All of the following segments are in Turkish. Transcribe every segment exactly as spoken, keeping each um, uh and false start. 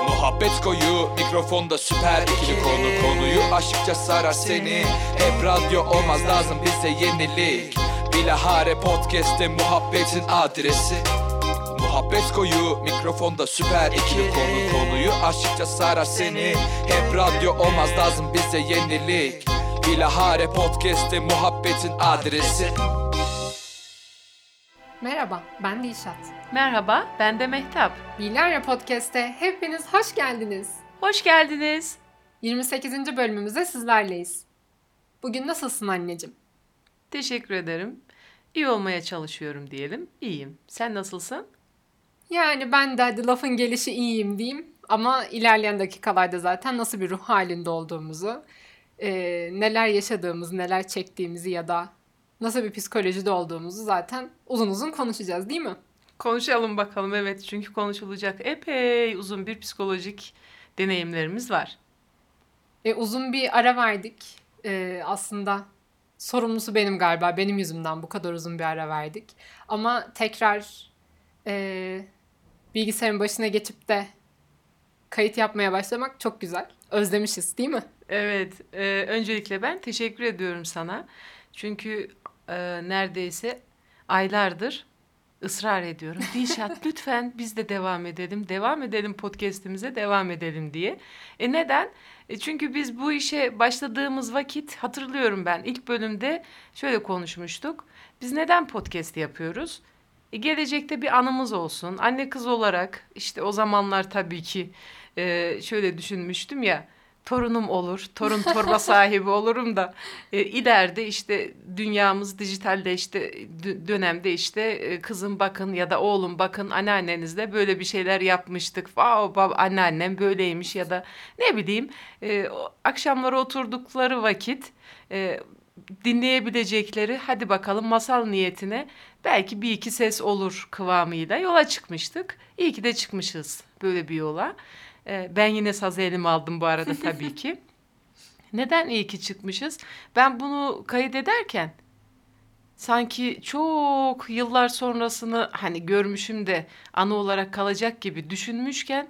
Muhabbet koyu, mikrofonda süper ikili konu. Konuyu aşıkça sarar seni. Hep radyo olmaz, lazım bize yenilik. Bilahare Podcast'te muhabbetin adresi. Muhabbet koyu, mikrofonda süper ikili konu. Konuyu aşıkça sarar seni. Hep radyo olmaz, lazım bize yenilik. Bilahare Podcast'te muhabbetin adresi. Merhaba, ben Dilşat. Merhaba, ben de Mehtap. Bilahare Podcast'te hepiniz hoş geldiniz. Hoş geldiniz. yirmi sekizinci bölümümüzde sizlerleyiz. Bugün nasılsın anneciğim? Teşekkür ederim. İyi olmaya çalışıyorum diyelim. İyiyim. Sen nasılsın? Yani ben de hadi lafın gelişi iyiyim diyeyim. Ama ilerleyen dakikalarda zaten nasıl bir ruh halinde olduğumuzu, e, neler yaşadığımızı, neler çektiğimizi ya da nasıl bir psikolojide olduğumuzu zaten uzun uzun konuşacağız, değil mi? Konuşalım bakalım, evet, çünkü konuşulacak epey uzun bir psikolojik deneyimlerimiz var. E, uzun bir ara verdik. E, aslında sorumlusu benim galiba. Benim yüzümden bu kadar uzun bir ara verdik. Ama tekrar e, bilgisayarın başına geçip de kayıt yapmaya başlamak çok güzel. Özlemişiz, değil mi? Evet, e, öncelikle ben teşekkür ediyorum sana. Çünkü e, neredeyse aylardır ısrar ediyorum. Dilşat, lütfen biz de devam edelim, devam edelim podcast'imize devam edelim diye. E neden? E çünkü biz bu işe başladığımız vakit, hatırlıyorum ben ilk bölümde şöyle konuşmuştuk. Biz neden podcast yapıyoruz? E gelecekte bir anımız olsun. Anne kız olarak işte o zamanlar tabii ki e, şöyle düşünmüştüm ya. Torunum olur, torun torba sahibi olurum da e, ileride işte dünyamız dijitalleşti d- dönemde işte e, kızım bakın ya da oğlum bakın anneannenizle böyle bir şeyler yapmıştık. Wow, bab anneannem böyleymiş ya da ne bileyim e, o, akşamları oturdukları vakit e, dinleyebilecekleri hadi bakalım masal niyetine belki bir iki ses olur kıvamıyla yola çıkmıştık. İyi ki de çıkmışız böyle bir yola. Ben yine sazı elime aldım bu arada tabii ki. Neden iyi ki çıkmışız? Ben bunu kaydederken sanki çok yıllar sonrasını hani görmüşüm de anı olarak kalacak gibi düşünmüşken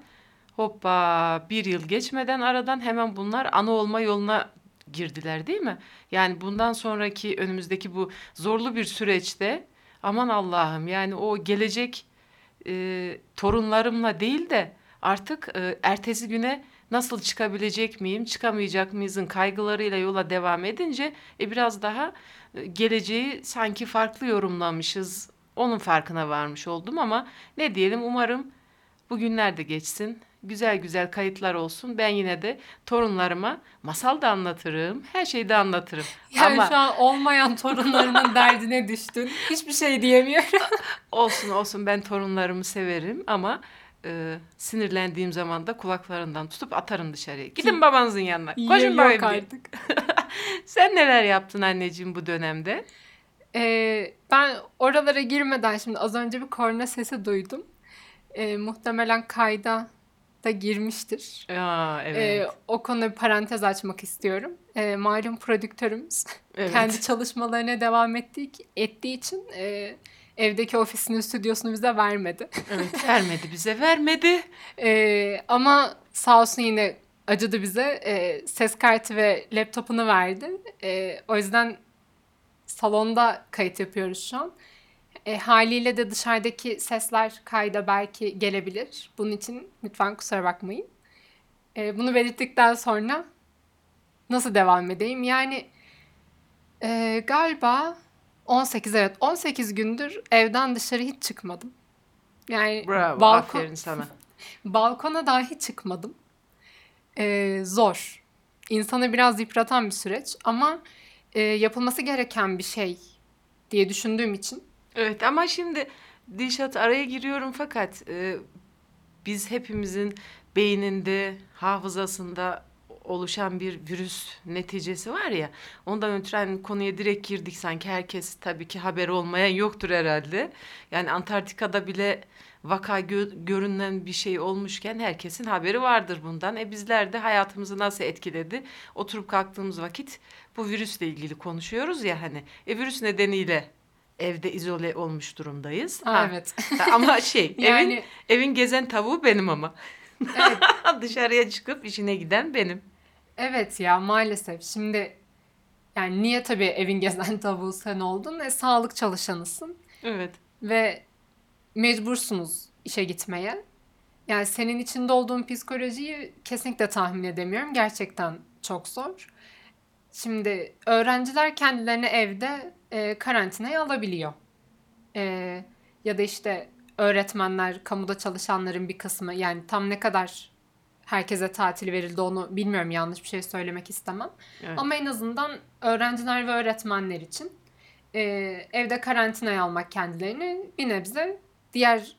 hoppa bir yıl geçmeden aradan hemen bunlar anı olma yoluna girdiler, değil mi? Yani bundan sonraki önümüzdeki bu zorlu bir süreçte aman Allah'ım, yani o gelecek e, torunlarımla değil de artık e, ertesi güne nasıl çıkabilecek miyim, çıkamayacak mıyızın kaygılarıyla yola devam edince e, biraz daha e, geleceği sanki farklı yorumlamışız. Onun farkına varmış oldum ama ne diyelim, umarım bugünler de geçsin. Güzel güzel kayıtlar olsun. Ben yine de torunlarıma masal da anlatırım, her şeyi de anlatırım. Yani ama şu an olmayan torunlarının derdine düştün. Hiçbir şey diyemiyorum. olsun olsun, ben torunlarımı severim ama e, sinirlendiğim zaman da kulaklarından tutup atarım dışarıya. Gidin babanızın yanına. Koşun Yok bakayım diye. artık. Sen neler yaptın anneciğim bu dönemde? Ee, ben oralara girmeden şimdi az önce bir korna sesi duydum. Ee, muhtemelen kayda da girmiştir. Aa, evet. Ee, o konuda bir parantez açmak istiyorum. Ee, malum prodüktörümüz Evet. kendi çalışmalarına devam ettiği, ettiği için e, evdeki ofisinin stüdyosunu bize vermedi. Evet, vermedi bize, vermedi. Ee, ama sağ olsun yine acıdı bize. Ee, ses kartı ve laptopunu verdi. Ee, o yüzden salonda kayıt yapıyoruz şu an. E, haliyle de dışarıdaki sesler kayda belki gelebilir. Bunun için lütfen kusura bakmayın. E, bunu belirttikten sonra nasıl devam edeyim? Yani e, galiba on sekiz evet on sekiz gündür evden dışarı hiç çıkmadım. Yani Bravo, balkon, aferin sana. balkona dahi çıkmadım. E, zor. İnsanı biraz yıpratan bir süreç ama e, yapılması gereken bir şey diye düşündüğüm için. Evet ama şimdi Dilşat, araya giriyorum fakat e, biz hepimizin beyninde, hafızasında oluşan bir virüs neticesi var ya. Ondan ötürü hani konuya direkt girdik, sanki herkes, tabii ki haberi olmayan yoktur herhalde. Yani Antarktika'da bile vaka gö- görünen bir şey olmuşken herkesin haberi vardır bundan. E bizler de hayatımızı nasıl etkiledi? Oturup kalktığımız vakit bu virüsle ilgili konuşuyoruz ya hani. E virüs nedeniyle evde izole olmuş durumdayız. Aa, Ha. evet. Ama şey, Yani- evin evin gezen tavuğu benim ama. Evet. Dışarıya çıkıp işine giden benim. Evet ya, maalesef. Şimdi yani niye tabii evin gezen tavuğu sen oldun? E, sağlık çalışanısın Evet. ve mecbursunuz işe gitmeye. Yani senin içinde olduğun psikolojiyi kesinlikle tahmin edemiyorum. Gerçekten çok zor. Şimdi öğrenciler kendilerini evde e, karantinaya alabiliyor. E, Ya da işte öğretmenler, kamuda çalışanların bir kısmı, yani tam ne kadar herkese tatil verildi onu bilmiyorum, yanlış bir şey söylemek istemem. Evet. Ama en azından öğrenciler ve öğretmenler için e, evde karantinaya almak kendilerini bir nebze diğer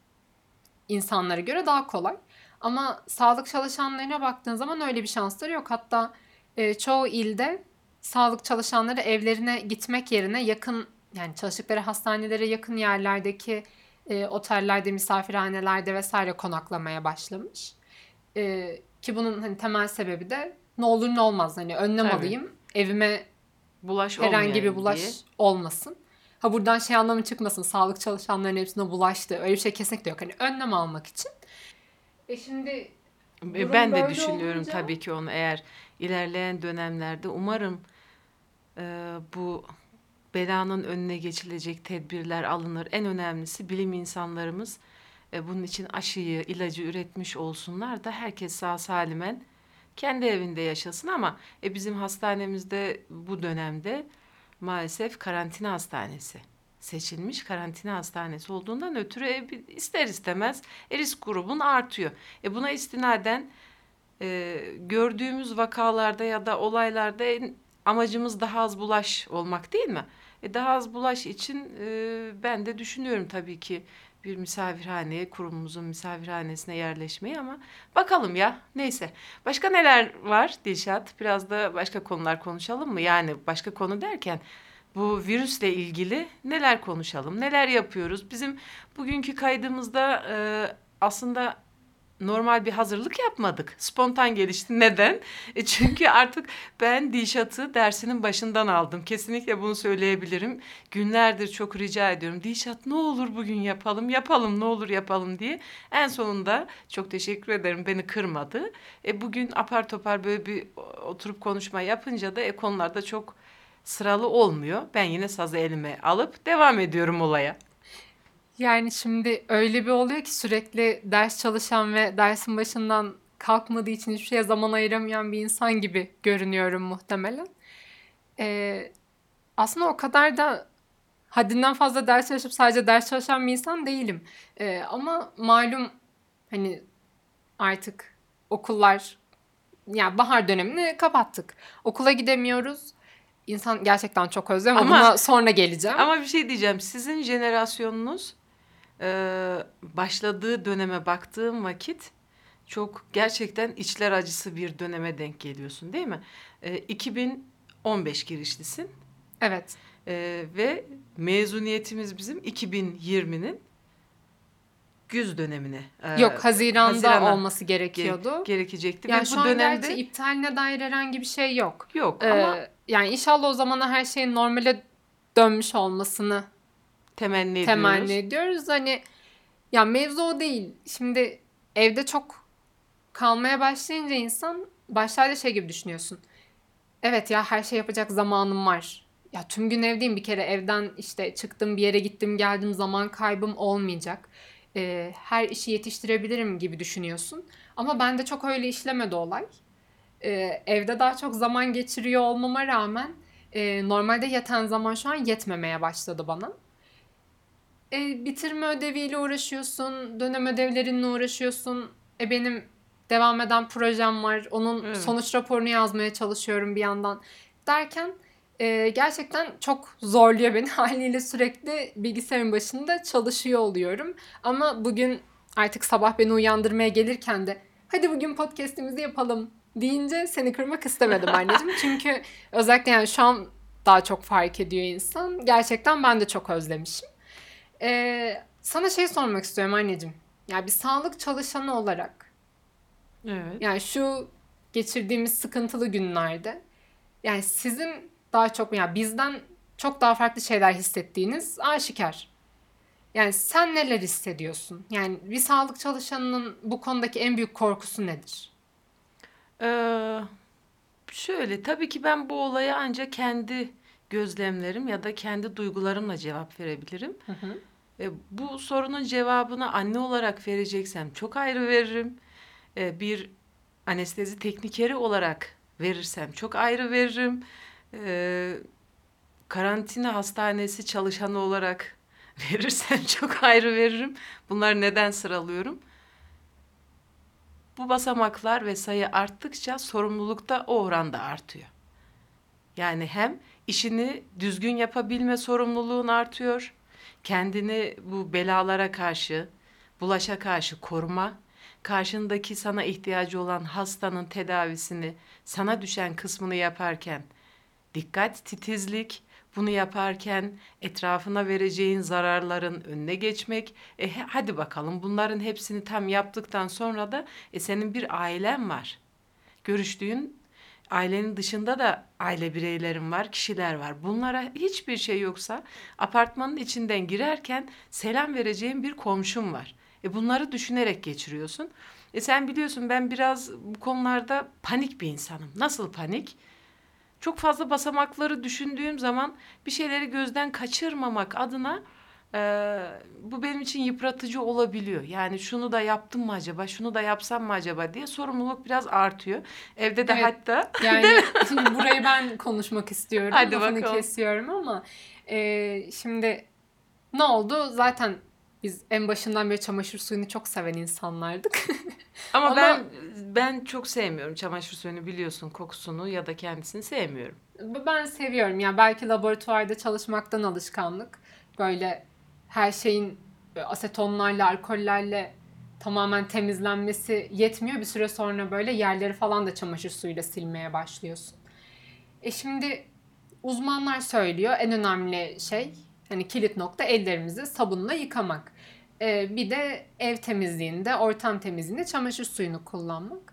insanlara göre daha kolay. Ama sağlık çalışanlarına baktığın zaman öyle bir şansları yok. Hatta e, çoğu ilde sağlık çalışanları evlerine gitmek yerine yakın, yani çalıştıkları hastanelere yakın yerlerdeki e, otellerde, misafirhanelerde vesaire konaklamaya başlamış. E, ki bunun hani temel sebebi de ne olur ne olmaz, hani önlem Tabii. alayım, evime Bulaş herhangi bir olmayayım bulaş diye. olmasın. Ha, buradan şey anlamı çıkmasın, sağlık çalışanlarının hepsine bulaştı. Öyle bir şey kesinlikle yok. Hani önlem almak için. E şimdi E, durum Ben de böyle düşünüyorum olunca tabii ki onu, eğer ilerleyen dönemlerde umarım e, bu belanın önüne geçilecek tedbirler alınır. En önemlisi bilim insanlarımız e, bunun için aşıyı, ilacı üretmiş olsunlar da herkes sağ salimen kendi evinde yaşasın. Ama e, bizim hastanemizde bu dönemde maalesef karantina hastanesi seçilmiş, karantina hastanesi olduğundan ötürü e, bir- ister istemez e, risk grubun artıyor. E, buna istinaden e, gördüğümüz vakalarda ya da olaylarda en- amacımız daha az bulaş olmak değil mi? E, daha az bulaş için e, ben de düşünüyorum tabii ki bir misafirhaneye, kurumumuzun misafirhanesine yerleşmeyi, ama bakalım ya, neyse. Başka neler var Dilşat? Biraz da başka konular konuşalım mı? Yani başka konu derken bu virüsle ilgili neler konuşalım, neler yapıyoruz? Bizim bugünkü kaydımızda e, aslında normal bir hazırlık yapmadık. Spontan gelişti. Neden? E çünkü artık ben Dilşat'ı dersinin başından aldım. Kesinlikle bunu söyleyebilirim. Günlerdir çok rica ediyorum. Dilşat, ne olur bugün yapalım, yapalım, ne olur yapalım diye. En sonunda çok teşekkür ederim, beni kırmadı. E bugün apar topar böyle bir oturup konuşma yapınca da e konularda çok sıralı olmuyor. Ben yine sazı elime alıp devam ediyorum olaya. yani şimdi öyle bir oluyor ki sürekli ders çalışan ve dersin başından kalkmadığı için hiçbir şeye zaman ayıramayan bir insan gibi görünüyorum muhtemelen. E, Aslında o kadar da haddinden fazla ders çalışıp sadece ders çalışan bir insan değilim. E, ama malum, hani artık okullar, yani bahar dönemini kapattık. Okula gidemiyoruz. İnsan gerçekten çok özlüyor ama Ama buna sonra geleceğim. ama bir şey diyeceğim. Sizin jenerasyonunuz e, başladığı döneme baktığım vakit çok gerçekten içler acısı bir döneme denk geliyorsun, değil mi? E, iki bin on beş girişlisin. Evet. E, ve mezuniyetimiz bizim iki bin yirminin güz dönemine, e, Yok, Haziran'da Haziran'a olması ge- gerekiyordu. gerekecekti Yani ve şu bu an gerçi dönemde iptaline dair herhangi bir şey yok. yok, ama Ee, yani inşallah o zamana her şeyin normale dönmüş olmasını temenni temenni ediyoruz. ediyoruz. Hani ya mevzu o değil. Şimdi evde çok kalmaya başlayınca insan başlarda şey gibi düşünüyorsun. Evet ya, her şey yapacak zamanım var. Ya tüm gün evdeyim, bir kere evden işte çıktım, bir yere gittim geldim, zaman kaybım olmayacak. Ee, her işi yetiştirebilirim gibi düşünüyorsun. Ama bende çok öyle işlemedi olay. Ee, evde daha çok zaman geçiriyor olmama rağmen e, normalde yeten zaman şu an yetmemeye başladı bana. E, bitirme ödeviyle uğraşıyorsun, dönem ödevlerinle uğraşıyorsun. E, benim devam eden projem var, onun Evet. sonuç raporunu yazmaya çalışıyorum bir yandan. Derken e, gerçekten çok zorluyor beni. Haliyle sürekli bilgisayarın başında çalışıyor oluyorum. Ama bugün artık sabah beni uyandırmaya gelirken de hadi bugün podcast'imizi yapalım deyince seni kırmak istemedim anneciğim. Çünkü özellikle yani şu an daha çok fark ediyor insan. Gerçekten ben de çok özlemişim. Ee, sana şey sormak istiyorum anneciğim. Ya bir sağlık çalışanı olarak, Evet. yani şu geçirdiğimiz sıkıntılı günlerde, yani sizin daha çok, yani bizden çok daha farklı şeyler hissettiğiniz aşikar. Yani sen neler hissediyorsun? Yani bir sağlık çalışanının bu konudaki en büyük korkusu nedir? Ee, Şöyle, tabii ki ben bu olaya ancak kendi gözlemlerim ya da kendi duygularımla cevap verebilirim. Hı hı. E, bu sorunun cevabını anne olarak vereceksem çok ayrı veririm. E, bir anestezi teknikeri olarak verirsem çok ayrı veririm. E, Karantina hastanesi çalışanı olarak verirsem çok ayrı veririm. Bunları neden sıralıyorum? Bu basamaklar ve sayı arttıkça sorumluluk da o oranda artıyor. Yani hem işini düzgün yapabilme sorumluluğun artıyor, kendini bu belalara karşı, bulaşa karşı koruma, karşındaki sana ihtiyacı olan hastanın tedavisini, sana düşen kısmını yaparken dikkat, titizlik, bunu yaparken etrafına vereceğin zararların önüne geçmek. E, hadi bakalım bunların hepsini tam yaptıktan sonra da e, senin bir ailen var. Görüştüğün ailenin dışında da aile bireylerin var, kişiler var. Bunlara hiçbir şey yoksa apartmanın içinden girerken selam vereceğin bir komşun var. E bunları düşünerek geçiriyorsun. E sen biliyorsun ben biraz bu konularda panik bir insanım. Nasıl panik? Çok fazla basamakları düşündüğüm zaman bir şeyleri gözden kaçırmamak adına eee, bu benim için yıpratıcı olabiliyor. Yani şunu da yaptım mı acaba, şunu da yapsam mı acaba diye sorumluluk biraz artıyor. Evde de Evet. hatta Yani şimdi burayı ben konuşmak istiyorum. Hadi Lafını bakalım. kesiyorum ama e, şimdi ne oldu? Zaten biz en başından beri çamaşır suyunu çok seven insanlardık. ama, Ama- ben ben çok sevmiyorum çamaşır suyunu biliyorsun kokusunu ya da kendisini sevmiyorum. Ben seviyorum. Yani belki laboratuvarda çalışmaktan alışkanlık. Böyle her şeyin böyle asetonlarla, alkollerle tamamen temizlenmesi yetmiyor. Bir süre sonra böyle yerleri falan da çamaşır suyuyla silmeye başlıyorsun. E şimdi uzmanlar söylüyor en önemli şey hani kilit nokta ellerimizi sabunla yıkamak. E, bir de ev temizliğinde, ortam temizliğinde çamaşır suyunu kullanmak.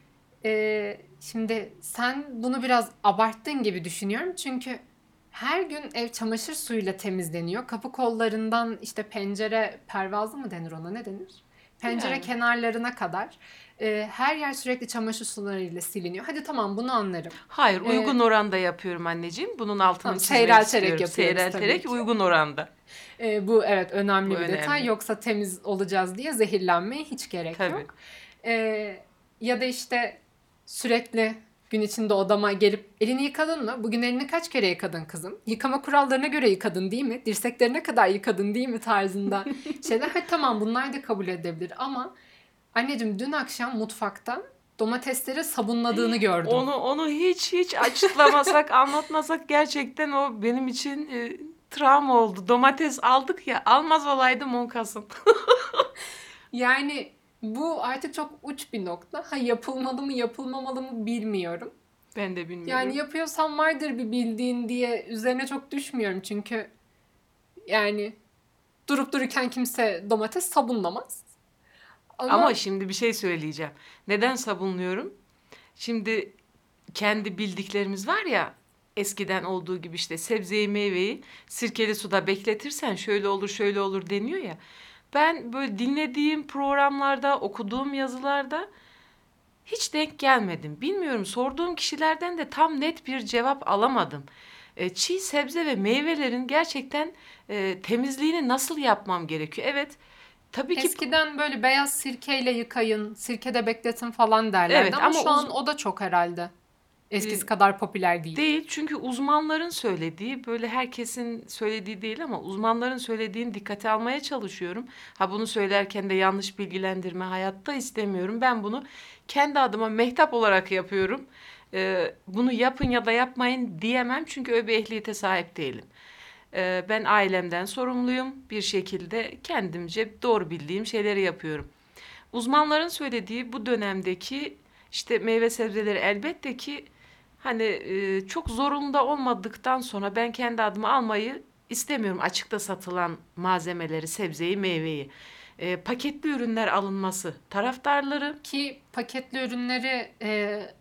Ee, şimdi sen bunu biraz abarttın gibi düşünüyorum. Çünkü her gün ev çamaşır suyuyla temizleniyor. Kapı kollarından işte pencere pervazı mı denir ona ne denir? Pencere Yani. kenarlarına kadar e, her yer sürekli çamaşır sularıyla siliniyor. Hadi tamam bunu anlarım. Hayır, Ee, uygun oranda yapıyorum anneciğim. Bunun altını Tamam, çizmek seyrelterek istiyorum. yapıyoruz tabii Seyrelterek ki. uygun oranda. Ee, bu evet önemli Bu bir detay. önemli. Yoksa temiz olacağız diye zehirlenmeye hiç gerek Tabii. yok. Ee, ya da işte sürekli gün içinde odama gelip elini yıkadın mı? Bugün elini kaç kere yıkadın kızım? Yıkama kurallarına göre yıkadın değil mi? Dirseklerine kadar yıkadın değil mi tarzında şeyler. Ha, tamam bunlar da kabul edebilir ama anneciğim dün akşam mutfaktan domatesleri sabunladığını gördüm. Onu onu hiç hiç açıklamasak, anlatmasak gerçekten o benim için e, travma oldu. Domates aldık ya, almaz olaydım on Kasım. Yani bu artık çok uç bir nokta. Ha yapılmalı mı yapılmamalı mı bilmiyorum. Ben de bilmiyorum. Yani yapıyorsam vardır bir bildiğin diye üzerine çok düşmüyorum çünkü yani durup dururken kimse domates sabunlamaz. Ama, Ama şimdi bir şey söyleyeceğim. Neden sabunluyorum? Şimdi kendi bildiklerimiz var ya, eskiden olduğu gibi işte sebzeyi meyveyi sirkeli suda bekletirsen şöyle olur şöyle olur deniyor ya. Ben böyle dinlediğim programlarda, okuduğum yazılarda hiç denk gelmedim. Bilmiyorum, sorduğum kişilerden de tam net bir cevap alamadım. E, çiğ sebze ve meyvelerin gerçekten e, temizliğini nasıl yapmam gerekiyor? Evet, tabii ki eskiden böyle beyaz sirkeyle yıkayın, sirkede bekletin falan derlerdi Evet, ama, ama şu uz- an o da çok herhalde eskisi Ee, kadar popüler değil. değil, çünkü uzmanların söylediği, böyle herkesin söylediği değil ama uzmanların söylediğini dikkate almaya çalışıyorum. Ha, bunu söylerken de yanlış bilgilendirme hayatta istemiyorum. Ben bunu kendi adıma mehtap olarak yapıyorum. Ee, bunu yapın ya da yapmayın diyemem çünkü öyle bir ehliyete sahip değilim. Ee, ben ailemden sorumluyum. Bir şekilde kendimce doğru bildiğim şeyleri yapıyorum. Uzmanların söylediği bu dönemdeki işte meyve sebzeleri elbette ki hani e, çok zorunda olmadıktan sonra ben kendi adıma almayı istemiyorum, açıkta satılan malzemeleri, sebzeyi, meyveyi. E, paketli ürünler alınması taraftarları. Ki paketli ürünleri e,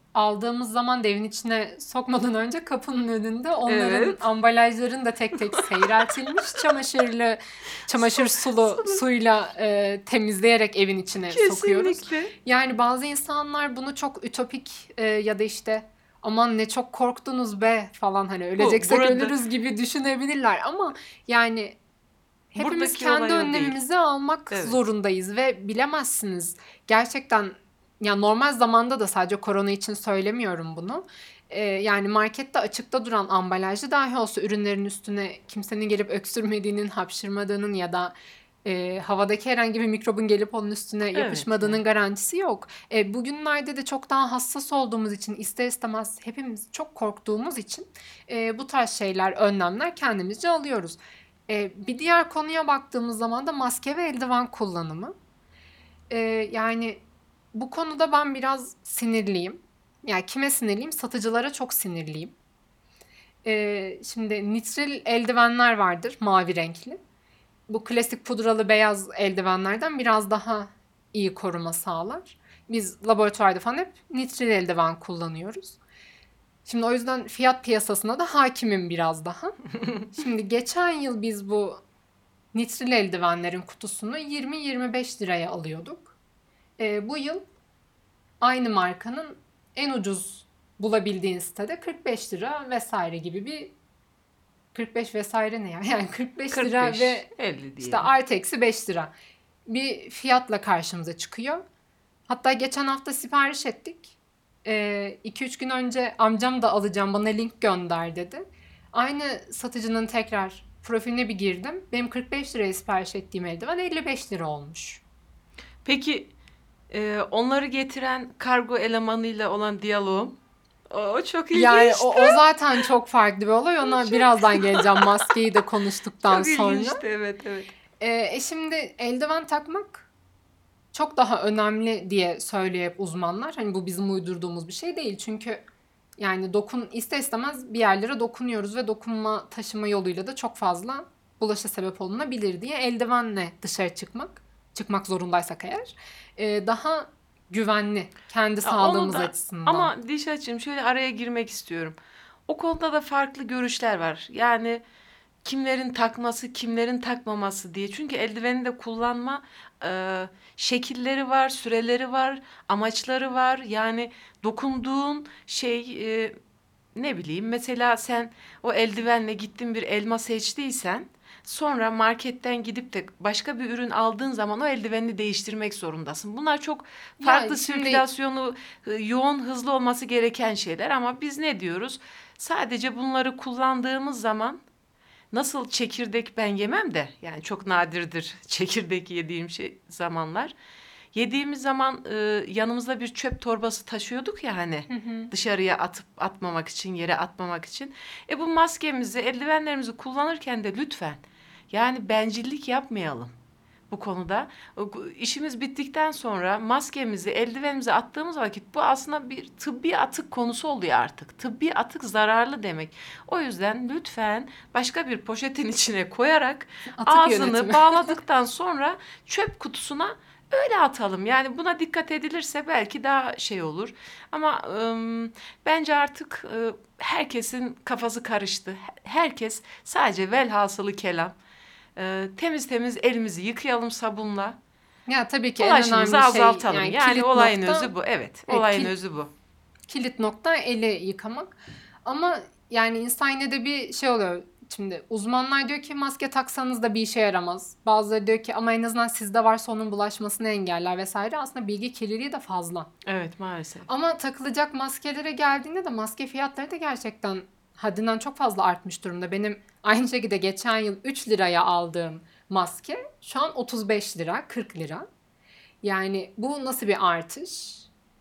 aldığımız zaman da evin içine sokmadan önce kapının önünde onların Evet. ambalajların da tek tek seyreltilmiş, çamaşırlı, çamaşır sulu suyla e, temizleyerek evin içine sokuyoruz. Kesinlikle. Yani bazı insanlar bunu çok ütopik e, ya da işte aman ne çok korktunuz be falan, hani öleceksek burada- ölürüz gibi düşünebilirler ama yani hepimiz Buradaki kendi olay o değil. önlemimizi almak Evet. zorundayız ve bilemezsiniz. Gerçekten ya normal zamanda da, sadece korona için söylemiyorum bunu. Ee, yani markette açıkta duran ambalajlı dahi olsa ürünlerin üstüne kimsenin gelip öksürmediğinin, hapşırmadığının ya da e, havadaki herhangi bir mikrobun gelip onun üstüne yapışmadığının yani. garantisi yok. E, bugünlerde de çok daha hassas olduğumuz için, ister istemez hepimiz çok korktuğumuz için e, bu tarz şeyler, önlemler kendimizce alıyoruz. E, bir diğer konuya baktığımız zaman da maske ve eldiven kullanımı. E, yani bu konuda ben biraz sinirliyim. Yani kime sinirliyim? Satıcılara çok sinirliyim. E, şimdi nitril eldivenler vardır, mavi renkli. Bu klasik pudralı beyaz eldivenlerden biraz daha iyi koruma sağlar. Biz laboratuvarda falan hep nitril eldiven kullanıyoruz. Şimdi o yüzden fiyat piyasasına da hakimim biraz daha. Şimdi geçen yıl biz bu nitril eldivenlerin kutusunu yirmi yirmi beş liraya alıyorduk. Ee, bu yıl aynı markanın en ucuz bulabildiğin sitede kırk beş lira vesaire gibi bir, kırk beş vesaire ne ya? Yani kırk beş lira kırk beş, ve elli diyelim. işte artı eksi beş lira bir fiyatla karşımıza çıkıyor. Hatta geçen hafta sipariş ettik. iki üç gün önce amcam da alacağım, bana link gönder dedi. Aynı satıcının tekrar profiline bir girdim. Benim kırk beş liraya sipariş ettiğim eldiven elli beş lira olmuş. Peki e, onları getiren kargo elemanıyla olan diyaloğum, o, o çok ilginç. Yani o, o zaten çok farklı bir olay. Ona birazdan geleceğim, maskeyi de konuştuktan çok sonra. ilginçti, evet evet. Ee, e şimdi eldiven takmak çok daha önemli diye söylüyor hep uzmanlar. Hani bu bizim uydurduğumuz bir şey değil. Çünkü yani dokun ister istemez bir yerlere dokunuyoruz ve dokunma taşıma yoluyla da çok fazla bulaşa sebep olunabilir diye eldivenle dışarı çıkmak, çıkmak zorundaysak eğer e, daha güvenli kendi Ya sağlığımız onu da- açısından. Ama Dişat'cığım şöyle araya girmek istiyorum. O konuda da farklı görüşler var. Yani kimlerin takması, kimlerin takmaması diye. Çünkü eldiveni de kullanma e, şekilleri var, süreleri var, amaçları var. Yani dokunduğun şey e, ne bileyim, mesela sen o eldivenle gittin bir elma seçtiysen sonra marketten gidip de başka bir ürün aldığın zaman o eldivenini değiştirmek zorundasın. Bunlar çok farklı Ya şimdi- sirkülasyonu e, yoğun, hızlı olması gereken şeyler ama biz ne diyoruz? Sadece bunları kullandığımız zaman, nasıl çekirdek ben yemem de, yani çok nadirdir çekirdek yediğim şey zamanlar. Yediğimiz zaman e, yanımızda bir çöp torbası taşıyorduk ya hani, dışarıya atıp atmamak için, yere atmamak için. E bu maskemizi, eldivenlerimizi kullanırken de lütfen yani bencillik yapmayalım bu konuda. O- İşimiz bittikten sonra maskemizi, eldivenimizi attığımız vakit bu aslında bir tıbbi atık konusu oluyor artık. Tıbbi atık zararlı demek. O yüzden lütfen başka bir poşetin içine koyarak Atık ağzını yönetimi. bağladıktan sonra çöp kutusuna öyle atalım. Yani buna dikkat edilirse belki daha şey olur. Ama ım, bence artık ı, herkesin kafası karıştı. Herkes sadece velhasılı kelam, e, temiz temiz elimizi yıkayalım sabunla. Ya tabii ki en önemli Bulaşımızı şey azaltalım. Yani, yani kilit olayın nokta- özü bu. Evet, Evet, olayın kil- özü bu. kilit nokta eli yıkamak. Ama yani insan yine de bir şey oluyor. Şimdi uzmanlar diyor ki maske taksanız da bir işe yaramaz. Bazıları diyor ki ama en azından sizde varsa onun bulaşmasını engeller vesaire. Aslında bilgi kirliliği de fazla. Evet, maalesef. Ama takılacak maskelere geldiğinde de maske fiyatları da gerçekten haddinden çok fazla artmış durumda. Benim aynı şekilde geçen yıl üç liraya aldığım maske şu an otuz beş lira, kırk lira. Yani bu nasıl bir artış?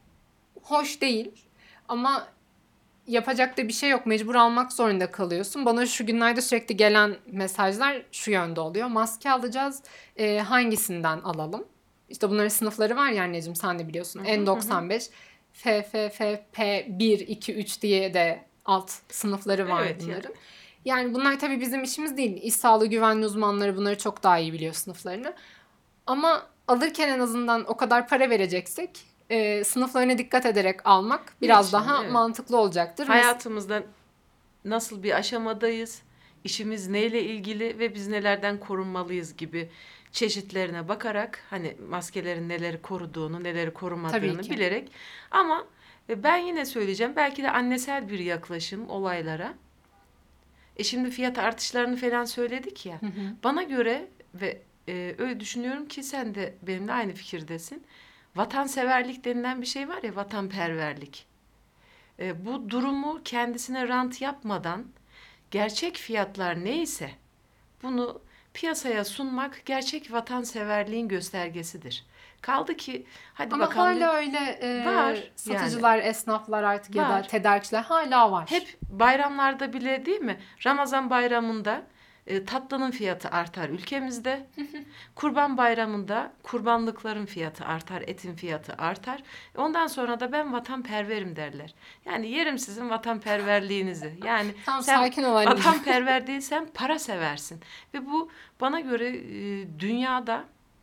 Hoş değil ama yapacak da bir şey yok. Mecbur almak zorunda kalıyorsun. Bana şu günlerde sürekli gelen mesajlar şu yönde oluyor. Maske alacağız. Ee, hangisinden alalım? İşte bunların sınıfları var ya anneciğim, sen de biliyorsun. N doksan beş, F F F P bir, iki, üç diye de alt sınıfları var Evet, bunların. Yani bunlar tabii bizim işimiz değil. İş sağlığı güvenliği uzmanları bunları çok daha iyi biliyor, sınıflarını. Ama alırken en azından o kadar para vereceksek e, sınıflarına dikkat ederek almak biraz Geçin, daha evet. mantıklı olacaktır. Hayatımızda nasıl bir aşamadayız, işimiz neyle ilgili ve biz nelerden korunmalıyız gibi çeşitlerine bakarak hani maskelerin neleri koruduğunu, neleri Tabii korumadığını ki. bilerek ama e, ben yine söyleyeceğim belki de annesel bir yaklaşım olaylara. E şimdi fiyat artışlarını falan söyledik ya. Hı hı. Bana göre ve e, öyle düşünüyorum ki sen de benimle aynı fikirdesin. Vatanseverlik denilen bir şey var ya, vatanperverlik. E, bu durumu kendisine rant yapmadan gerçek fiyatlar neyse bunu piyasaya sunmak gerçek vatanseverliğin göstergesidir. Kaldı ki hadi Ama bakalım hala öyle e, var yani. satıcılar, esnaflar artık ya da Var. tedarikçiler hala var. Hep bayramlarda bile değil mi? Ramazan bayramında e, tatlının fiyatı artar ülkemizde. Kurban bayramında kurbanlıkların fiyatı artar, etin fiyatı artar. Ondan sonra da ben vatanperverim derler. Yani yerim sizin vatanperverliğinizi. Yani Tamam, sen sakin ol anneciğim. vatanperver değilsen para seversin. Ve bu bana göre e, dünyada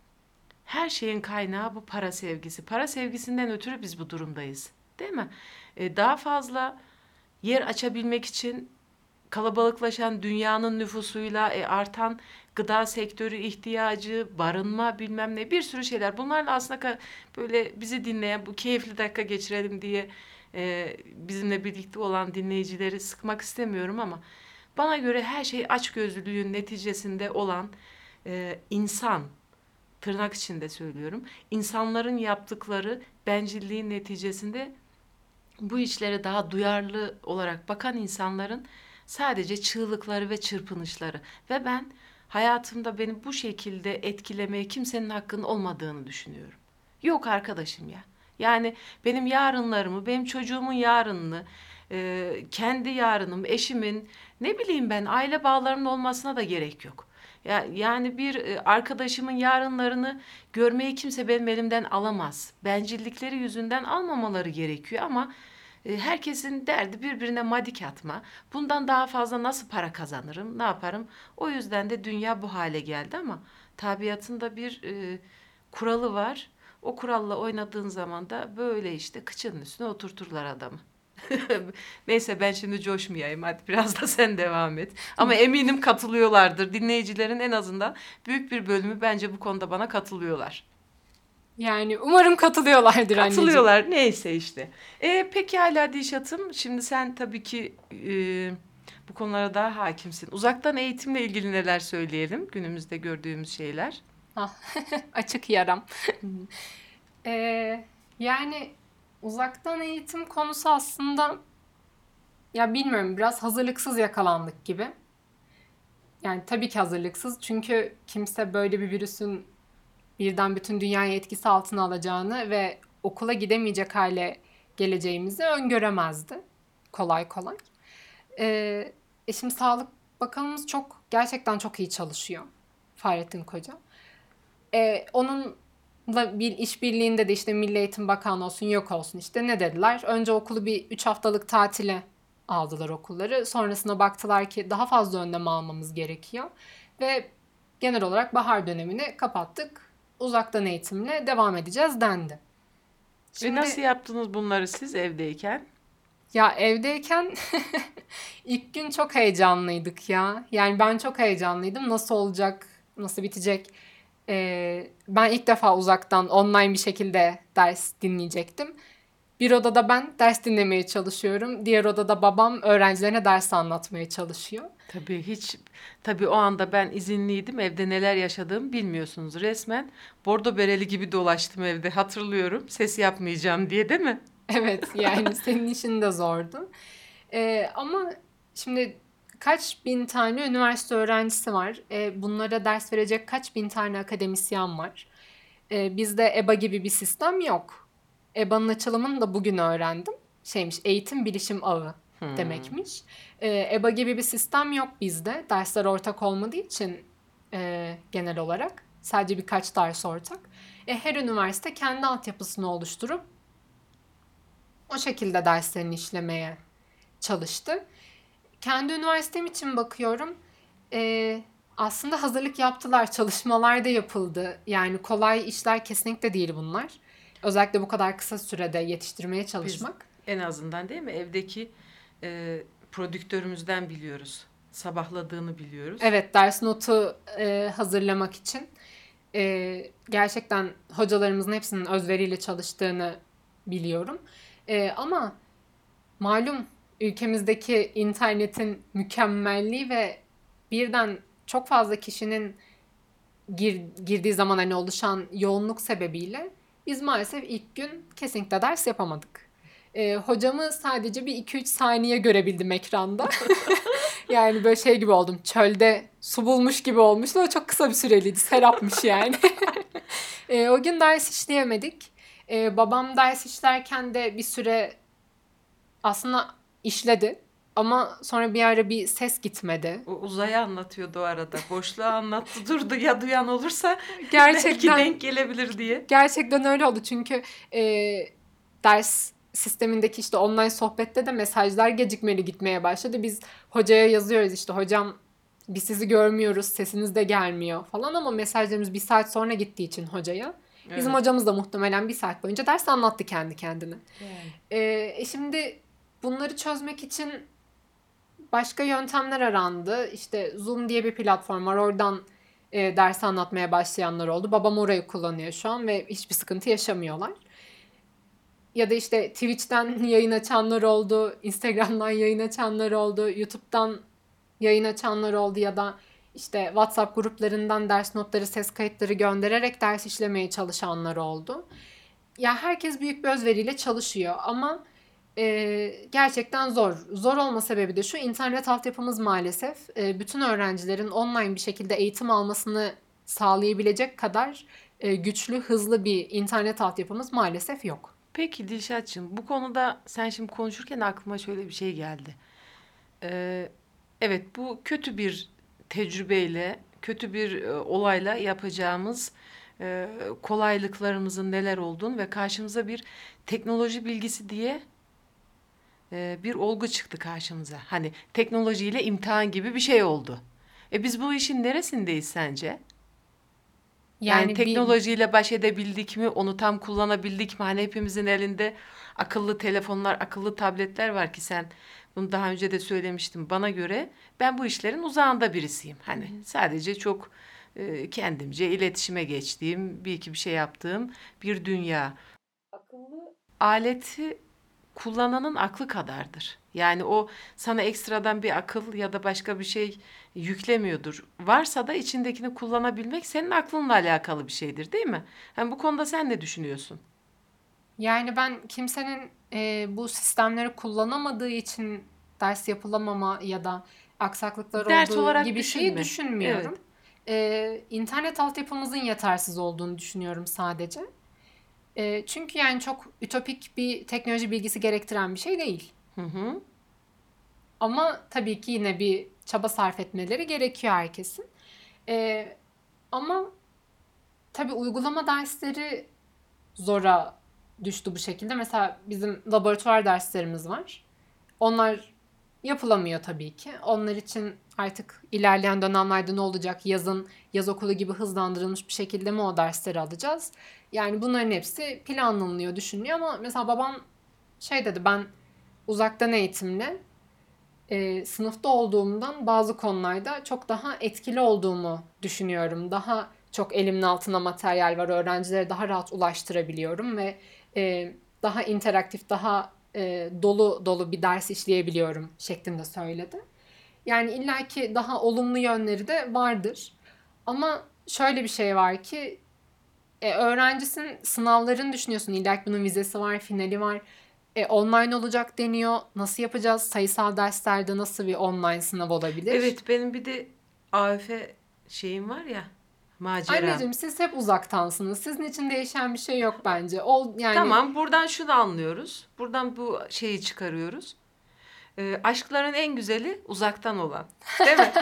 her şeyin kaynağı bu para sevgisi. Para sevgisinden ötürü biz bu durumdayız. Değil mi? E, daha fazla yer açabilmek için kalabalıklaşan dünyanın nüfusuyla e, artan gıda sektörü ihtiyacı, barınma bilmem ne bir sürü şeyler. Bunlarla aslında ka- böyle bizi dinleyen bu keyifli dakika geçirelim diye e, bizimle birlikte olan dinleyicileri sıkmak istemiyorum ama bana göre her şey açgözlülüğün neticesinde olan e, insan, tırnak içinde söylüyorum, insanların yaptıkları bencilliğin neticesinde bu işlere daha duyarlı olarak bakan insanların sadece çığlıkları ve çırpınışları ve ben hayatımda beni bu şekilde etkilemeye kimsenin hakkının olmadığını düşünüyorum. Yok arkadaşım ya. Yani benim yarınlarımı, benim çocuğumun yarınını, e, kendi yarınım, eşimin, ne bileyim ben aile bağlarının olmasına da gerek yok. Ya, yani bir e, arkadaşımın yarınlarını görmeyi kimse benim elimden alamaz. Bencillikleri yüzünden almamaları gerekiyor ama e, herkesin derdi birbirine madik atma. Bundan daha fazla nasıl para kazanırım, ne yaparım? O yüzden de dünya bu hale geldi ama tabiatında bir e, kuralı var. O kuralla oynadığın zaman da böyle işte kıçının üstüne oturturlar adamı. Neyse ben şimdi coşmayayım. Hadi biraz da sen devam et. Ama eminim katılıyorlardır. Dinleyicilerin en azından büyük bir bölümü bence bu konuda bana katılıyorlar. Yani umarım katılıyorlardır anneciğim. Katılıyorlar. Neyse işte. E, peki hala Dilşat'ım. Şimdi sen tabii ki e, bu konulara daha hakimsin. Uzaktan eğitimle ilgili neler söyleyelim? Günümüzde gördüğümüz şeyler. Ah, açık yaram. Ee, yani uzaktan eğitim konusu aslında ya bilmiyorum biraz hazırlıksız yakalandık gibi. Yani tabii ki hazırlıksız çünkü kimse böyle bir virüsün birden bütün dünyayı etkisi altına alacağını ve okula gidemeyecek hale geleceğimizi öngöremezdi kolay kolay. Ee, e şimdi Sağlık Bakanımız çok gerçekten çok iyi çalışıyor. Fahrettin Koca. Ee, onunla bir işbirliğinde de işte Milli Eğitim Bakanı olsun yok olsun işte ne dediler? Önce okulu bir üç haftalık tatile aldılar okulları. Sonrasında baktılar ki daha fazla önlem almamız gerekiyor. Ve genel olarak bahar dönemini kapattık. Uzaktan eğitimle devam edeceğiz dendi. Ve nasıl yaptınız bunları siz evdeyken? Ya evdeyken ilk gün çok heyecanlıydık ya. Yani ben çok heyecanlıydım. Nasıl olacak, nasıl bitecek? Ee, ben ilk defa uzaktan online bir şekilde ders dinleyecektim. Bir odada ben ders dinlemeye çalışıyorum. Diğer odada babam öğrencilerine ders anlatmaya çalışıyor. Tabii hiç tabii o anda ben izinliydim. Evde neler yaşadığımı bilmiyorsunuz. Resmen bordo bereli gibi dolaştım evde. Hatırlıyorum. Ses yapmayacağım diye değil mi? Evet yani senin işin de zordu. Ee, ama şimdi kaç bin tane üniversite öğrencisi var. Ee, bunlara ders verecek kaç bin tane akademisyen var. Ee, bizde E B A gibi bir sistem yok. E B A'nın açılımını da bugün öğrendim. Şeymiş, eğitim bilişim ağı Hmm. demekmiş. Ee, E B A gibi bir sistem yok bizde. Dersler ortak olmadığı için e, genel olarak. Sadece birkaç ders ortak. E, her üniversite kendi altyapısını oluşturup o şekilde derslerini işlemeye çalıştı. Kendi üniversitem için bakıyorum. Ee, aslında hazırlık yaptılar, çalışmalar da yapıldı. Yani kolay işler kesinlikle değil bunlar. özellikle bu kadar kısa sürede yetiştirmeye çalışmak. Biz en azından değil mi evdeki e, prodüktörümüzden biliyoruz. Sabahladığını biliyoruz. Evet, ders notu e, hazırlamak için e, gerçekten hocalarımızın hepsinin özveriyle çalıştığını biliyorum. E, ama malum ülkemizdeki internetin mükemmelliği ve birden çok fazla kişinin gir, girdiği zaman hani oluşan yoğunluk sebebiyle biz maalesef ilk gün kesinlikle ders yapamadık. E, hocamı sadece bir iki üç saniye görebildim ekranda. Yani böyle şey gibi oldum. Çölde su bulmuş gibi olmuştu. O çok kısa bir süreliydi. Serapmış yani. e, o gün ders işleyemedik. E, babam ders işlerken de bir süre aslında işledi. Ama sonra bir ara bir ses gitmedi. O uzaya anlatıyordu o arada. Boşluğa anlattı durdu. Ya duyan olursa Gerçekten, belki denk gelebilir diye. Gerçekten öyle oldu. Çünkü e, ders sistemindeki işte online sohbette de mesajlar gecikmeli gitmeye başladı. Biz hocaya yazıyoruz işte hocam biz sizi görmüyoruz, sesiniz de gelmiyor falan ama mesajlarımız bir saat sonra gittiği için hocaya. Evet. Bizim hocamız da muhtemelen bir saat boyunca ders anlattı kendi kendine. Evet. Ee, şimdi bunları çözmek için başka yöntemler arandı. İşte Zoom diye bir platform var. Oradan e, ders anlatmaya başlayanlar oldu. Babam orayı kullanıyor şu an ve hiçbir sıkıntı yaşamıyorlar. Ya da işte Twitch'ten yayın açanlar oldu, Instagram'dan yayın açanlar oldu, YouTube'dan yayın açanlar oldu ya da işte WhatsApp gruplarından ders notları, ses kayıtları göndererek ders işlemeye çalışanlar oldu. Ya herkes büyük bir özveriyle çalışıyor ama e, gerçekten zor. Zor olma sebebi de şu, internet altyapımız maalesef e, bütün öğrencilerin online bir şekilde eğitim almasını sağlayabilecek kadar e, güçlü, hızlı bir internet altyapımız maalesef yok. Peki Dilşat'cığım bu konuda sen şimdi konuşurken aklıma şöyle bir şey geldi. Ee, evet bu kötü bir tecrübeyle, kötü bir e, olayla yapacağımız e, kolaylıklarımızın neler olduğunu ve karşımıza bir teknoloji bilgisi diye e, bir olgu çıktı karşımıza. Hani teknolojiyle imtihan gibi bir şey oldu. E biz bu işin neresindeyiz sence? Yani, yani teknolojiyle bir... baş edebildik mi? Onu tam kullanabildik mi? Hani hepimizin elinde akıllı telefonlar, akıllı tabletler var ki sen bunu daha önce de söylemiştim. Bana göre ben bu işlerin uzağında birisiyim. Hani hmm. sadece çok e, kendimce iletişime geçtiğim, bir iki bir şey yaptığım bir dünya. Akıllı aleti kullananın aklı kadardır. Yani o sana ekstradan bir akıl ya da başka bir şey yüklemiyordur. Varsa da içindekini kullanabilmek senin aklınla alakalı bir şeydir, değil mi? Yani bu konuda sen ne düşünüyorsun? Yani ben kimsenin e, bu sistemleri kullanamadığı için ders yapılamama ya da aksaklıklar ders olduğu olarak gibi düşünme. Şeyi düşünmüyorum. Evet. E, internet altyapımızın yetersiz olduğunu düşünüyorum sadece. E, çünkü yani çok ütopik bir teknoloji bilgisi gerektiren bir şey değil. Hı hı. Ama tabii ki yine bir çaba sarf etmeleri gerekiyor herkesin. E, ama tabii uygulama dersleri zora düştü bu şekilde. Mesela bizim laboratuvar derslerimiz var. Onlar yapılamıyor tabii ki. Onlar için artık ilerleyen dönemlerde ne olacak? Yazın yaz okulu gibi hızlandırılmış bir şekilde mi o dersleri alacağız? Yani bunların hepsi planlanıyor, düşünülüyor ama mesela babam şey dedi, ben uzaktan eğitimle e, sınıfta olduğumdan bazı konularda çok daha etkili olduğumu düşünüyorum. Daha çok elimin altında materyal var, öğrencilere daha rahat ulaştırabiliyorum ve e, daha interaktif, daha e, dolu dolu bir ders işleyebiliyorum şeklinde söyledi. Yani illaki daha olumlu yönleri de vardır. Ama şöyle bir şey var ki e, öğrencisin, sınavlarını düşünüyorsun. İllaki bunun vizesi var, finali var. E, online olacak deniyor. Nasıl yapacağız? Sayısal derslerde nasıl bir online sınav olabilir? Evet, benim bir de A F şeyim var ya. Macera. Anneciğim siz hep uzaktansınız. Sizin için değişen bir şey yok bence. Ol, yani... Tamam, buradan şunu anlıyoruz. Buradan bu şeyi çıkarıyoruz. E, aşkların en güzeli uzaktan olan. Değil mi?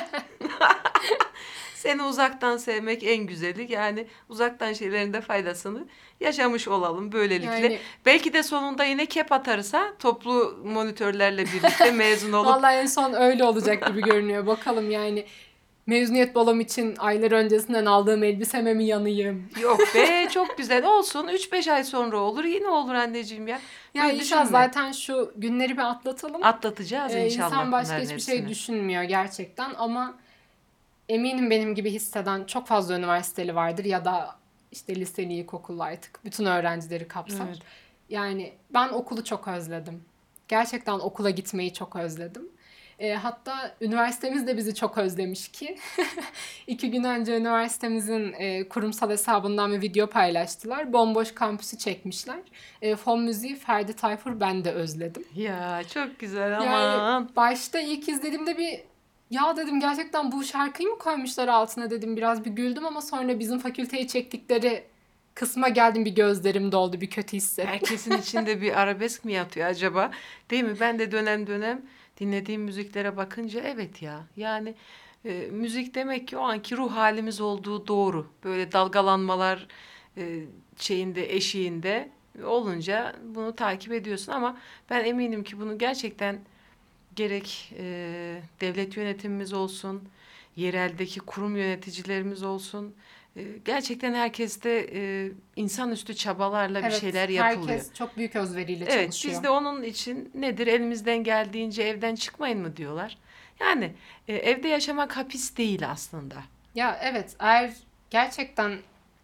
Seni uzaktan sevmek en güzeli. Yani uzaktan şeylerin de faydasını yaşamış olalım böylelikle. Yani... Belki de sonunda yine kep atarsa toplu monitörlerle birlikte mezun olup. Vallahi en son öyle olacak gibi görünüyor. Bakalım yani. mezuniyet balom için aylar öncesinden aldığım elbiseme mi yanayım? Yok be, çok güzel olsun. üç beş ay sonra olur, yine olur anneciğim ya. Ya Böyle inşallah düşünme. zaten şu günleri bir atlatalım. Atlatacağız Ee, inşallah insan başka bunların hiçbir hepsini. şey düşünmüyor gerçekten ama eminim benim gibi hisseden çok fazla üniversiteli vardır ya da işte liseli, ilkokullu artık bütün öğrencileri kapsar. Evet. Yani ben okulu çok özledim. Gerçekten okula gitmeyi çok özledim. E, hatta üniversitemiz de bizi çok özlemiş ki iki gün önce üniversitemizin e, kurumsal hesabından bir video paylaştılar. Bomboş kampüsü çekmişler. E, fon müziği Ferdi Tayfur, ben de özledim. Ya çok güzel, Yani aman. başta ilk izlediğimde bir ya dedim gerçekten bu şarkıyı mı koymuşlar altına dedim. Biraz bir güldüm ama sonra bizim fakülteye çektikleri kısma geldim, bir gözlerim doldu, bir kötü hissettim. Herkesin içinde bir arabesk mi yatıyor acaba? Değil mi? Ben de dönem dönem dinlediğim müziklere bakınca evet ya. Yani e, müzik demek ki o anki ruh halimiz olduğu doğru. Böyle dalgalanmalar e, şeyinde, eşiğinde olunca bunu takip ediyorsun ama ben eminim ki bunu gerçekten gerek e, devlet yönetimimiz olsun, yereldeki kurum yöneticilerimiz olsun, e, gerçekten herkeste e, insanüstü çabalarla bir Evet, şeyler yapılıyor. herkes çok büyük özveriyle Evet, çalışıyor. biz de onun için nedir, elimizden geldiğince evden çıkmayın mı diyorlar. Yani e, evde yaşamak hapis değil aslında. Ya evet, eğer gerçekten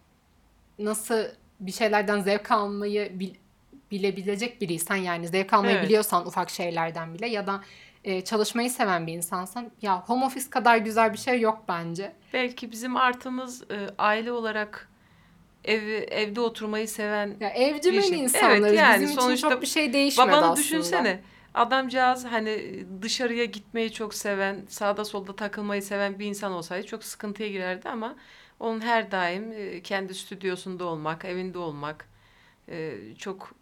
nasıl bir şeylerden zevk almayı bil- bilebilecek biriysen, yani zevk almayı Evet. biliyorsan ufak şeylerden bile ya da e, çalışmayı seven bir insansan, ya home office kadar güzel bir şey yok bence. Belki bizim artımız e, aile olarak ev, evde oturmayı seven Ya bir evcimen şey. Evet insanlarız. yani Bizim için sonuçta çok bir şey değişmedi babanı aslında. düşünsene. Adamcağız hani dışarıya gitmeyi çok seven, sağda solda takılmayı seven bir insan olsaydı çok sıkıntıya girerdi ama onun her daim e, kendi stüdyosunda olmak, evinde olmak e, çok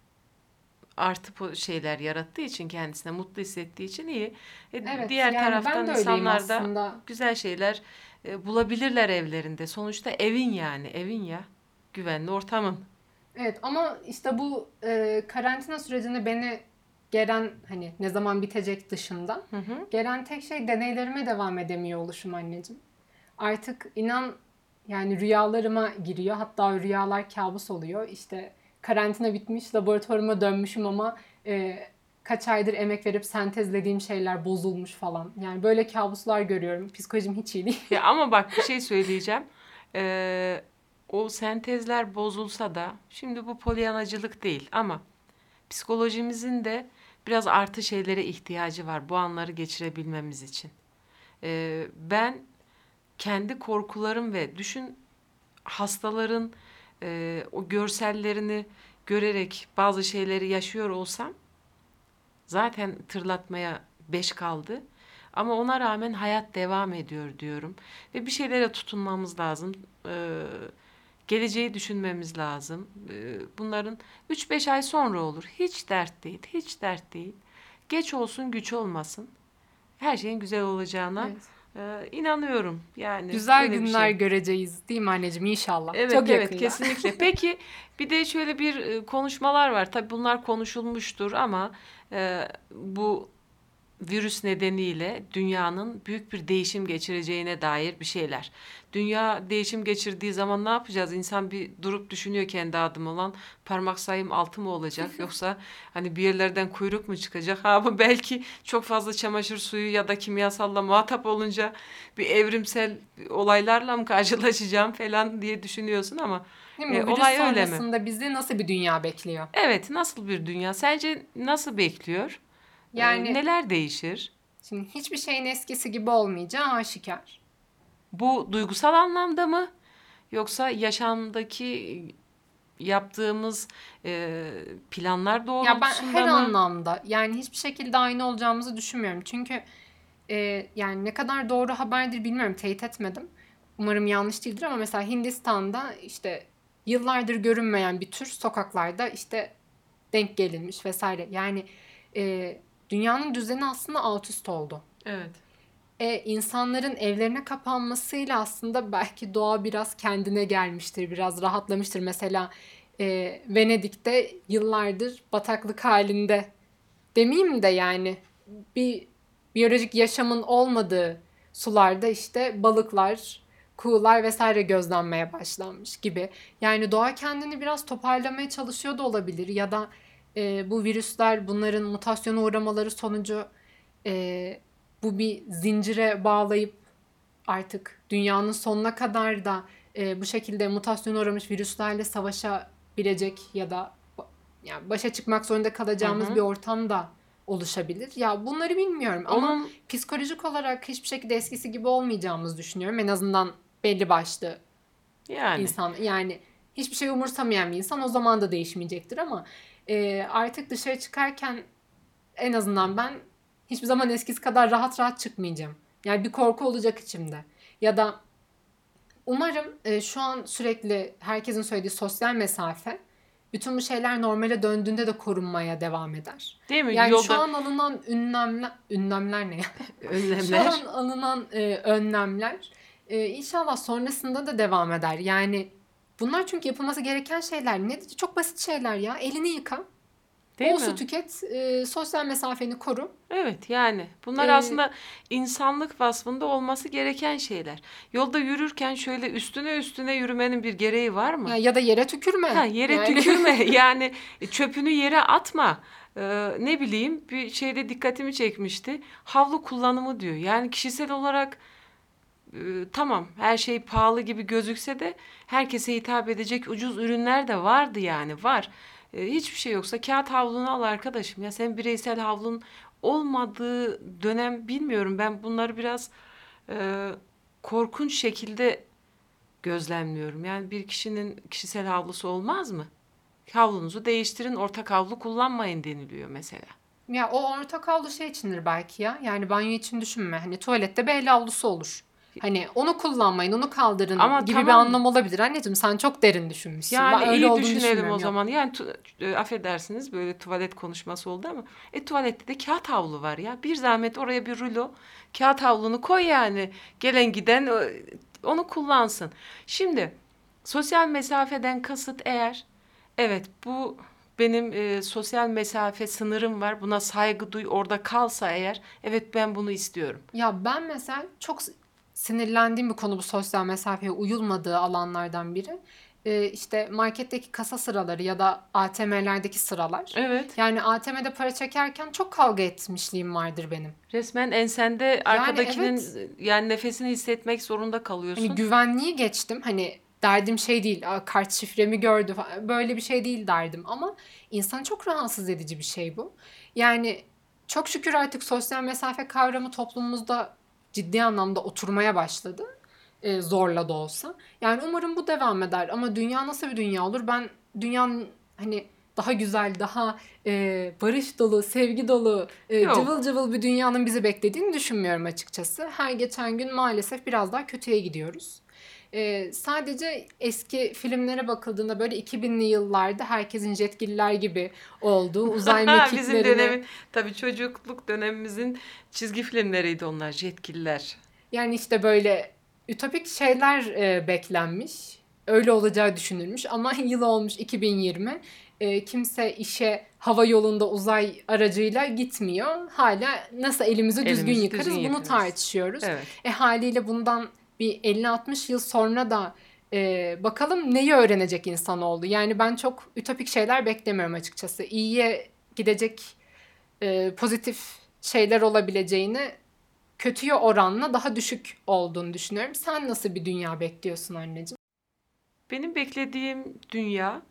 artı po- şeyler yarattığı için, kendisine mutlu hissettiği için iyi. E, Evet, diğer yani ben taraftan de öyleyim insanlar da aslında. güzel şeyler e, bulabilirler evlerinde. Sonuçta evin, yani evin ya, güvenli ortamın. Evet ama işte bu e, karantina sürecinde beni gelen, hani ne zaman bitecek dışında Hı hı. gelen tek şey deneylerime devam edemiyor oluşum anneciğim. Artık inan yani rüyalarıma giriyor. Hatta o rüyalar kabus oluyor. İşte karantina bitmiş, laboratuvarıma dönmüşüm ama e, kaç aydır emek verip sentezlediğim şeyler bozulmuş falan. Yani böyle kabuslar görüyorum. Psikolojim hiç iyi değil. Ya ama bak bir şey söyleyeceğim. Ee, o sentezler bozulsa da şimdi bu polyanacılık değil ama psikolojimizin de biraz artı şeylere ihtiyacı var bu anları geçirebilmemiz için. Ee, ben kendi korkularım ve düşün, hastaların e, o görsellerini görerek bazı şeyleri yaşıyor olsam zaten tırlatmaya beş kaldı. Ama ona rağmen hayat devam ediyor diyorum. Ve bir şeylere tutunmamız lazım. Ee, geleceği düşünmemiz lazım. Ee, bunların üç beş ay sonra olur. Hiç dert değil, hiç dert değil. Geç olsun, güç olmasın. Her şeyin güzel olacağına Evet. e, inanıyorum. Yani Güzel öyle bir günler şey. göreceğiz değil mi anneciğim, inşallah. Evet, Çok evet, yakında. kesinlikle. Peki bir de şöyle bir e, konuşmalar var. Tabii bunlar konuşulmuştur ama e, bu virüs nedeniyle dünyanın büyük bir değişim geçireceğine dair bir şeyler. Dünya değişim geçirdiği zaman ne yapacağız? İnsan bir durup düşünüyor kendi adıma, olan parmak sayım altı mı olacak yoksa hani bir yerlerden kuyruk mu çıkacak? Ha bu belki çok fazla çamaşır suyu ya da kimyasalla muhatap olunca bir evrimsel olaylarla mı karşılaşacağım falan diye düşünüyorsun ama Değil mi? e, Bu virüs olay öyle mi? sonrasında bizi nasıl bir dünya bekliyor? Evet, nasıl bir dünya? Sence nasıl bekliyor? E, Yani neler değişir? şimdi hiçbir şeyin eskisi gibi olmayacağı aşikar. Bu duygusal anlamda mı? Yoksa yaşamdaki yaptığımız e, planlar Ya ben her doğrultusunda mı? anlamda yani hiçbir şekilde aynı olacağımızı düşünmüyorum. Çünkü e, yani ne kadar doğru haberdir bilmiyorum, teyit etmedim. Umarım yanlış değildir ama mesela Hindistan'da işte yıllardır görünmeyen bir tür sokaklarda işte denk gelinmiş vesaire. Yani e, dünyanın düzeni aslında alt üst oldu. Evet. E, insanların evlerine kapanmasıyla aslında belki doğa biraz kendine gelmiştir, biraz rahatlamıştır. Mesela e, Venedik'te yıllardır bataklık halinde demeyeyim de yani bir biyolojik yaşamın olmadığı, sularda işte balıklar, kuğular vesaire gözlenmeye başlanmış gibi. Yani doğa kendini biraz toparlamaya çalışıyor da olabilir ya da e, bu virüsler bunların mutasyona uğramaları sonucu e, bu bir zincire bağlayıp artık dünyanın sonuna kadar da e, bu şekilde mutasyona uğramış virüslerle savaşabilecek ya da ba- yani başa çıkmak zorunda Hı kalacağımız bir hı. ortam da oluşabilir. Ya bunları bilmiyorum ama Onun psikolojik olarak hiçbir şekilde eskisi gibi olmayacağımızı düşünüyorum. En azından belli başlı yani insan, yani hiçbir şey umursamayan bir insan o zaman da değişmeyecektir ama e, artık dışarı çıkarken en azından ben hiçbir zaman eskisi kadar rahat rahat çıkmayacağım. Yani bir korku olacak içimde. Ya da umarım e, şu an sürekli herkesin söylediği sosyal mesafe bütün bu şeyler normale döndüğünde de korunmaya devam eder. değil mi? Yani şu Yolda an alınan önlemler, önlemler ne ya? Şu an önlemler. alınan e, önlemler e, inşallah sonrasında da devam eder. Yani bunlar çünkü yapılması gereken şeyler. Ne çok basit şeyler ya. Elini yıka, Değil bol su mi? tüket, e, sosyal mesafeni koru. Evet yani bunlar E, aslında insanlık vasfında olması gereken şeyler. Yolda yürürken şöyle üstüne üstüne yürümenin bir gereği var ya mı? ya da yere Ha, tükürme. yere Yani tükürme yani çöpünü yere atma. Ee, ne bileyim bir şeyde dikkatimi çekmişti. Havlu kullanımı diyor. Yani kişisel olarak e, tamam her şey pahalı gibi gözükse de herkese hitap edecek ucuz ürünler de vardı yani var. E, hiçbir şey yoksa kağıt havlunu al arkadaşım. Ya senin bireysel havlun olmadığı dönem bilmiyorum ben bunları biraz e, korkunç şekilde gözlemliyorum. Yani bir kişinin kişisel havlusu olmaz mı? Havlunuzu değiştirin, ortak havlu kullanmayın deniliyor mesela. ya o ortak havlu şey içindir belki ya. Yani banyo için düşünme. Hani tuvalette bir el havlusu olur. Hani onu kullanmayın, onu kaldırın Ama gibi bir tamam anlam olabilir. Anneciğim sen çok derin düşünmüşsün. yani Ben öyle iyi olduğunu düşünelim o düşünmüyorum. Yok. zaman. Yani tu- e, affedersiniz böyle tuvalet konuşması oldu ama e tuvalette de kağıt havlu var ya. Bir zahmet oraya bir rulo kağıt havlunu koy yani. Gelen giden e, onu kullansın. Şimdi sosyal mesafeden kasıt eğer evet bu benim e, sosyal mesafe sınırım var. Buna saygı duy. Orada kalsa eğer evet ben bunu istiyorum. Ya ben mesela çok s- sinirlendiğim bir konu bu sosyal mesafeye uyulmadığı alanlardan biri. Ee, işte marketteki kasa sıraları ya da A T M'lerdeki sıralar. Evet. Yani A T M'de para çekerken çok kavga etmişliğim vardır benim. Resmen ensende Yani arkadakinin evet. e, yani nefesini hissetmek zorunda Hani kalıyorsun. güvenliği geçtim. Hani derdim şey değil, "Aa, kart şifremi gördü falan." Böyle bir şey değil derdim. Ama insanı çok rahatsız edici bir şey bu. Yani çok şükür artık sosyal mesafe kavramı toplumumuzda ciddi anlamda oturmaya başladı. Ee, zorla da olsa. Yani umarım bu devam eder. Ama dünya nasıl bir dünya olur? Ben dünyanın hani daha güzel, daha e, barış dolu, sevgi dolu, e, cıvıl Yok. cıvıl bir dünyanın bizi beklediğini düşünmüyorum açıkçası. Her geçen gün maalesef biraz daha kötüye gidiyoruz. E, sadece eski filmlere bakıldığında böyle iki binli yıllarda herkesin jetgiller gibi olduğu uzay Bizim mekiklerine dönemin tabii çocukluk dönemimizin çizgi filmleriydi onlar, Jetgiller. yani işte böyle ütopik şeyler e, beklenmiş. Öyle olacağı düşünülmüş ama yıl olmuş iki bin yirmi. E, kimse işe hava yolunda uzay aracıyla gitmiyor. Hala nasıl elimizi düzgün Elimizi düzgün yıkarız bunu yıkarız. tartışıyoruz. Evet. E haliyle bundan bir elli altmış yıl sonra da e, bakalım neyi öğrenecek insanoğlu. Yani ben çok ütopik şeyler beklemiyorum açıkçası. İyiye gidecek e, pozitif şeyler olabileceğini kötüye oranla daha düşük olduğunu düşünüyorum. Sen nasıl bir dünya bekliyorsun anneciğim? Benim beklediğim dünya,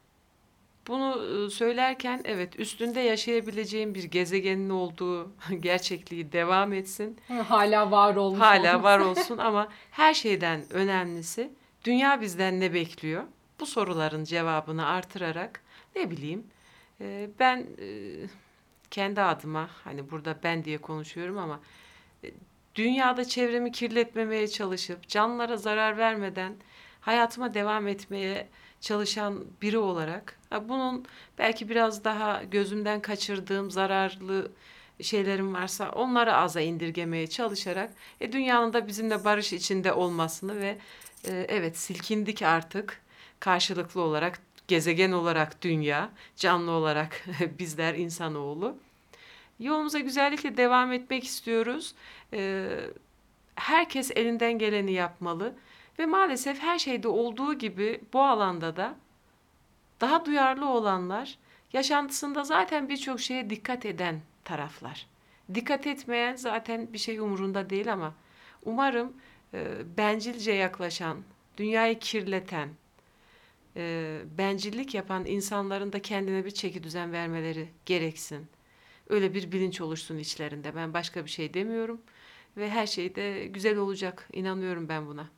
bunu e, söylerken evet üstünde yaşayabileceğim bir gezegenin olduğu gerçekliği devam etsin. Hala var olmuş Hala var olması. olsun ama her şeyden önemlisi dünya bizden ne bekliyor? Bu soruların cevabını artırarak ne bileyim e, ben e, kendi adıma hani burada ben diye konuşuyorum ama e, dünyada çevremi kirletmemeye çalışıp canlılara zarar vermeden hayatıma devam etmeye çalışan biri olarak ha, bunun belki biraz daha gözümden kaçırdığım zararlı şeylerim varsa onları aza indirgemeye çalışarak e, dünyanın da bizimle barış içinde olmasını ve e, evet silkindik artık karşılıklı olarak gezegen olarak dünya, canlı olarak bizler insanoğlu. Yolumuza güzellikle devam etmek istiyoruz. Ee, herkes elinden geleni yapmalı ve maalesef her şeyde olduğu gibi bu alanda da daha duyarlı olanlar, yaşantısında zaten birçok şeye dikkat eden taraflar. Dikkat etmeyen zaten bir şey umurunda değil ama umarım e, bencilce yaklaşan, dünyayı kirleten, e, bencillik yapan insanların da kendine bir çekidüzen vermeleri gereksin. Öyle bir bilinç oluşsun içlerinde. Ben başka bir şey demiyorum ve her şey de güzel olacak. İnanıyorum ben buna.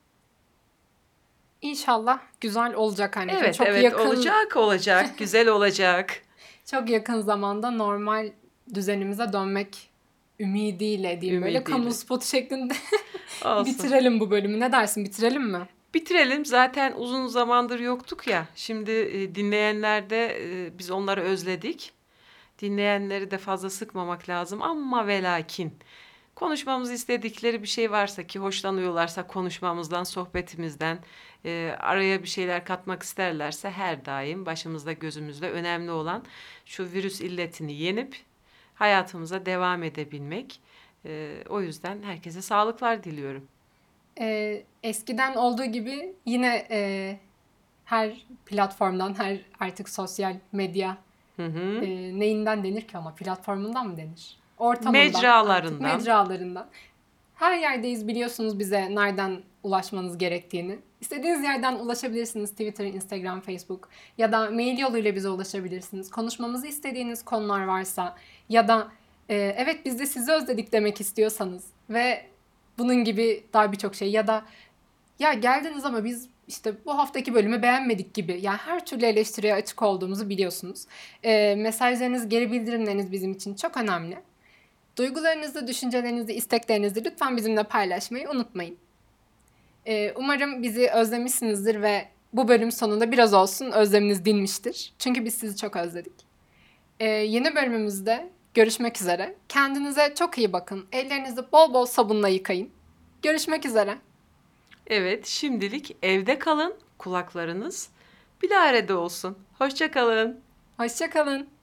İnşallah güzel olacak anneciğim. Evet, çok evet yakın, olacak, olacak, güzel olacak. çok yakın zamanda normal düzenimize dönmek ümidiyle diyeyim, böyle Ümidiyle. kamu spotu şeklinde Olsun. bitirelim bu bölümü. Ne dersin, bitirelim mi? Bitirelim. Zaten uzun zamandır yoktuk ya. Şimdi e, dinleyenler de e, biz onları özledik. Dinleyenleri de fazla sıkmamak lazım ama ve lakin konuşmamızı istedikleri bir şey varsa ki hoşlanıyorlarsa konuşmamızdan, sohbetimizden, e, araya bir şeyler katmak isterlerse her daim başımızda gözümüzde önemli olan şu virüs illetini yenip hayatımıza devam edebilmek. E, o yüzden herkese sağlıklar diliyorum. Ee, eskiden olduğu gibi yine e, her platformdan, her artık sosyal medya Hı hı. e, neyinden denir ki ona? Platformundan mı denir? Ortamından, Mecralarından. artık mecralarından. Her yerdeyiz, biliyorsunuz bize nereden ulaşmanız gerektiğini. İstediğiniz yerden ulaşabilirsiniz. Twitter, Instagram, Facebook ya da mail yoluyla bize ulaşabilirsiniz. Konuşmamızı istediğiniz konular varsa ya da e, evet biz de sizi özledik demek istiyorsanız ve bunun gibi daha birçok şey ya da ya geldiniz ama biz işte bu haftaki bölümü beğenmedik gibi. Yani her türlü eleştiriye açık olduğumuzu biliyorsunuz. E, mesajlarınız, geri bildirimleriniz bizim için çok önemli. Duygularınızı, düşüncelerinizi, isteklerinizi lütfen bizimle paylaşmayı unutmayın. Ee, umarım bizi özlemişsinizdir ve bu bölüm sonunda biraz olsun özleminiz dinmiştir. Çünkü biz sizi çok özledik. Ee, yeni bölümümüzde görüşmek üzere. Kendinize çok iyi bakın. Ellerinizi bol bol sabunla yıkayın. Görüşmek üzere. Evet, şimdilik evde kalın, kulaklarınız bilahare olsun. Hoşça kalın. Hoşça kalın.